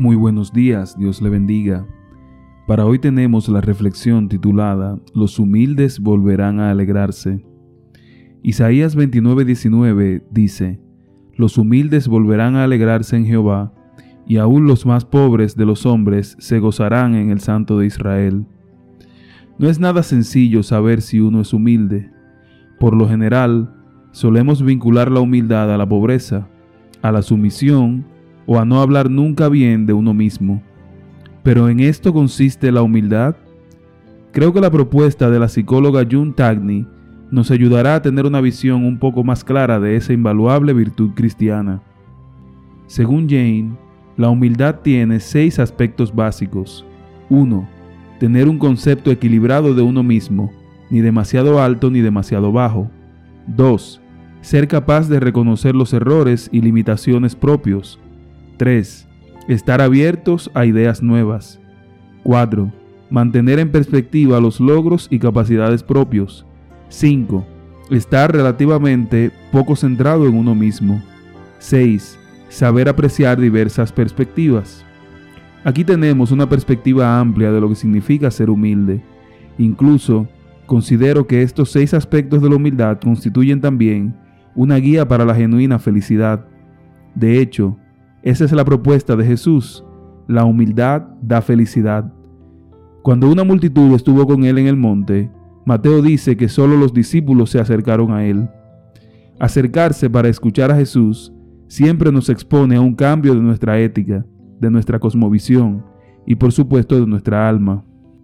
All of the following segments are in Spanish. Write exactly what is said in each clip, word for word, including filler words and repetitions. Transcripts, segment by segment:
Muy buenos días, Dios le bendiga. Para hoy tenemos la reflexión titulada Los humildes volverán a alegrarse. Isaías veintinueve diecinueve dice: Los humildes volverán a alegrarse en Jehová, y aún los más pobres de los hombres se gozarán en el Santo de Israel. No es nada sencillo saber si uno es humilde. Por lo general, solemos vincular la humildad a la pobreza, a la sumisión o a no hablar nunca bien de uno mismo. ¿Pero en esto consiste la humildad? Creo que la propuesta de la psicóloga June Tagni nos ayudará a tener una visión un poco más clara de esa invaluable virtud cristiana. Según Jane, la humildad tiene seis aspectos básicos. uno. Tener un concepto equilibrado de uno mismo, ni demasiado alto ni demasiado bajo. dos. Ser capaz de reconocer los errores y limitaciones propios. tres. Estar abiertos a ideas nuevas. cuatro. Mantener en perspectiva los logros y capacidades propios. cinco. Estar relativamente poco centrado en uno mismo. seis. Saber apreciar diversas perspectivas. Aquí tenemos una perspectiva amplia de lo que significa ser humilde. Incluso, considero que estos seis aspectos de la humildad constituyen también una guía para la genuina felicidad. De hecho, esa es la propuesta de Jesús. La humildad da felicidad. Cuando una multitud estuvo con él en el monte, Mateo dice que solo los discípulos se acercaron a él. Acercarse para escuchar a Jesús siempre nos expone a un cambio de nuestra ética, de nuestra cosmovisión y por supuesto de nuestra alma.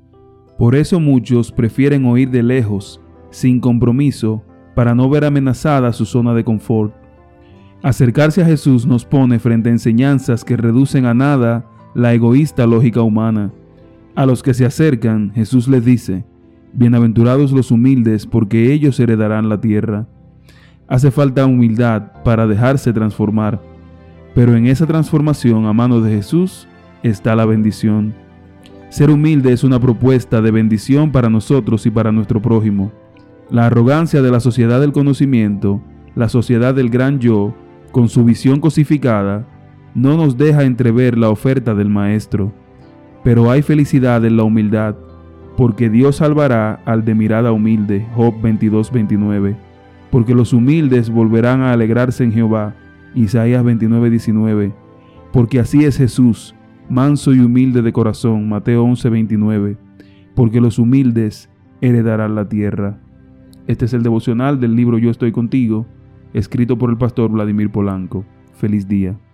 Por eso muchos prefieren oír de lejos, sin compromiso, para no ver amenazada su zona de confort. Acercarse a Jesús nos pone frente a enseñanzas que reducen a nada la egoísta lógica humana. A los que se acercan, Jesús les dice: Bienaventurados los humildes, porque ellos heredarán la tierra. Hace falta humildad para dejarse transformar, pero en esa transformación a manos de Jesús está la bendición. Ser humilde es una propuesta de bendición para nosotros y para nuestro prójimo. La arrogancia de la sociedad del conocimiento, la sociedad del gran yo, con su visión cosificada, no nos deja entrever la oferta del Maestro. Pero hay felicidad en la humildad, porque Dios salvará al de mirada humilde. Job veintidós veintinueve. Porque los humildes volverán a alegrarse en Jehová. Isaías veintinueve diecinueve. Porque así es Jesús, manso y humilde de corazón. Mateo once veintinueve. Porque los humildes heredarán la tierra. Este es el devocional del libro Yo estoy contigo, escrito por el pastor Vladimir Polanco. Feliz día.